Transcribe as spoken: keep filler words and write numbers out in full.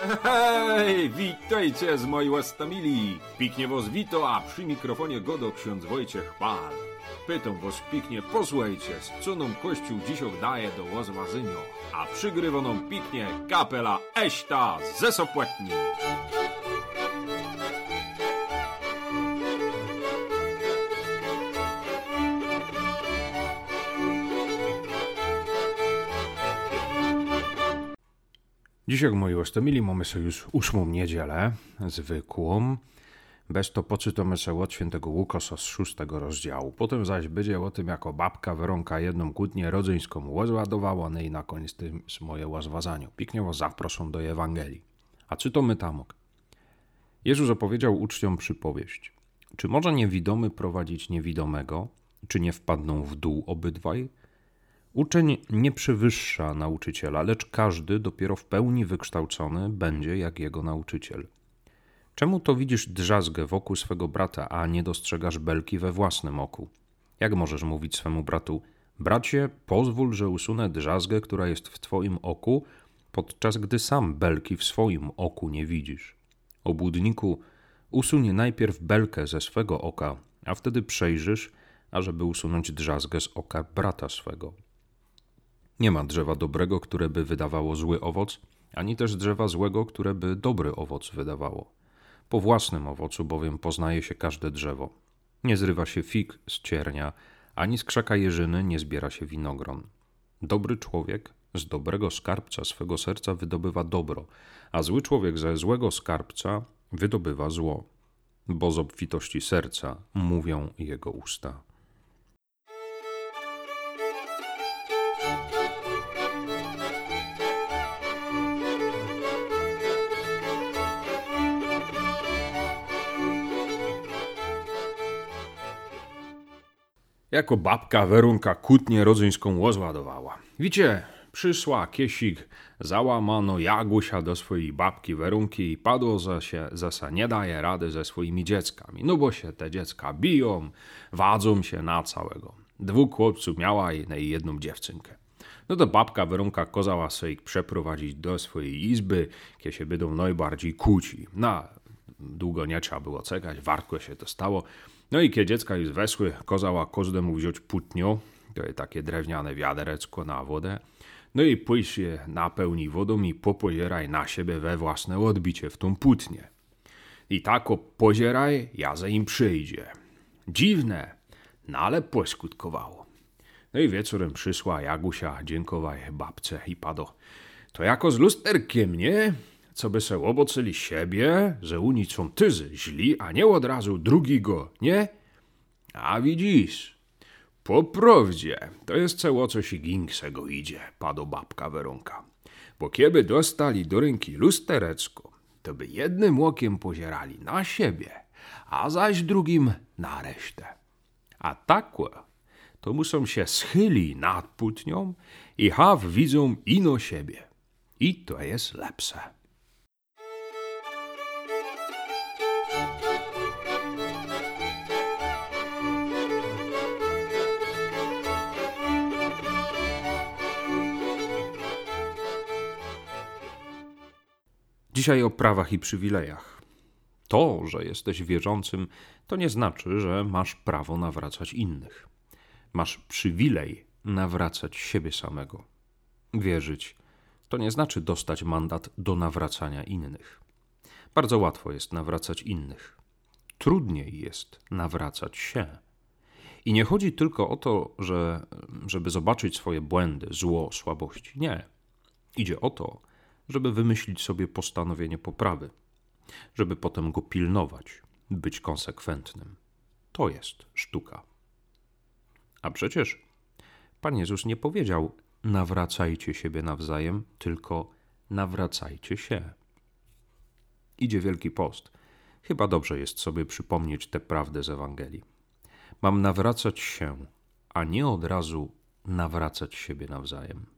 Hej, witajcie z mojej łastamili. Piknie was wito, a przy mikrofonie godo ksiądz Wojciech Pal. Pytam was piknie, posłuchajcie, z co nam Kościół dzisiaj daje do łazwazynio, a przygrywa nam piknie kapela Eśta ze Sopłetni. Dzisiaj, moi łastamili, mamy sobie już ósmą niedzielę, zwykłą. Bez to poczytamy sobie od świętego Łukasza z szóstego rozdziału. Potem zaś będzie o tym, jako babka Weronka jedną kłótnię rodzyńską łazładowała, no i na koniec tym moje łazwazanie. Pięknie was zaproszą do Ewangelii. A czytamy tamok. Jezus opowiedział uczniom przypowieść. Czy może niewidomy prowadzić niewidomego? Czy nie wpadną w dół obydwaj? Uczeń nie przewyższa nauczyciela, lecz każdy dopiero w pełni wykształcony będzie jak jego nauczyciel. Czemu to widzisz drzazgę w oku swego brata, a nie dostrzegasz belki we własnym oku? Jak możesz mówić swemu bratu: bracie, pozwól, że usunę drzazgę, która jest w twoim oku, podczas gdy sam belki w swoim oku nie widzisz? Obłudniku, usuń najpierw belkę ze swego oka, a wtedy przejrzysz, ażeby usunąć drzazgę z oka brata swego. Nie ma drzewa dobrego, które by wydawało zły owoc, ani też drzewa złego, które by dobry owoc wydawało. Po własnym owocu bowiem poznaje się każde drzewo. Nie zrywa się fig z ciernia, ani z krzaka jeżyny nie zbiera się winogron. Dobry człowiek z dobrego skarbca swego serca wydobywa dobro, a zły człowiek ze złego skarbca wydobywa zło, bo z obfitości serca mówią jego usta. Jako babka Werunka kłótnię rodzyńską łozładowała. Wiecie, przyszła kiesik, załamano Jagusia do swojej babki Werunki i padło, że się zasa nie daje rady ze swoimi dzieckami. No bo się te dziecka biją, wadzą się na całego. Dwóch chłopców miała i jedną dziewczynkę. No to babka Werunka kozała sobie ich przeprowadzić do swojej izby, kiedy się będą najbardziej kłóci. No, długo nie trzeba było czekać, wartko się to stało. No i kiedy dziecka już wesły, kozała każdemu wziąć płótnio, to jest takie drewniane wiaderecko na wodę, no i pójść je napełni wodą i popozieraj na siebie we własne odbicie w tą płótnię. I tako pozieraj, jaze im przyjdzie. Dziwne, no ale poskutkowało. No i wieczorem przyszła Jagusia dziękować babce i pado. To jako z lusterkiem, nie? Co by se obocyli siebie, że u nich są tyzy źli, a nie od razu drugiego, nie? A widzisz, po prawdzie, to jest ceło coś gingsego idzie, padł babka Weronka. Bo kieby dostali do ręki lusterecko, to by jednym łokiem pozierali na siebie, a zaś drugim na resztę. A takłe, to muszą się schyli nad płótnią i haw widzą ino siebie. I to jest lepsze. Dzisiaj o prawach i przywilejach. To, że jesteś wierzącym, to nie znaczy, że masz prawo nawracać innych. Masz przywilej nawracać siebie samego. Wierzyć to nie znaczy dostać mandat do nawracania innych. Bardzo łatwo jest nawracać innych. Trudniej jest nawracać się. I nie chodzi tylko o to, że, żeby zobaczyć swoje błędy, zło, słabości. Nie. Idzie o to, żeby wymyślić sobie postanowienie poprawy, żeby potem go pilnować, być konsekwentnym. To jest sztuka. A przecież Pan Jezus nie powiedział: nawracajcie siebie nawzajem, tylko nawracajcie się. Idzie Wielki Post. Chyba dobrze jest sobie przypomnieć tę prawdę z Ewangelii. Mam nawracać się, a nie od razu nawracać siebie nawzajem.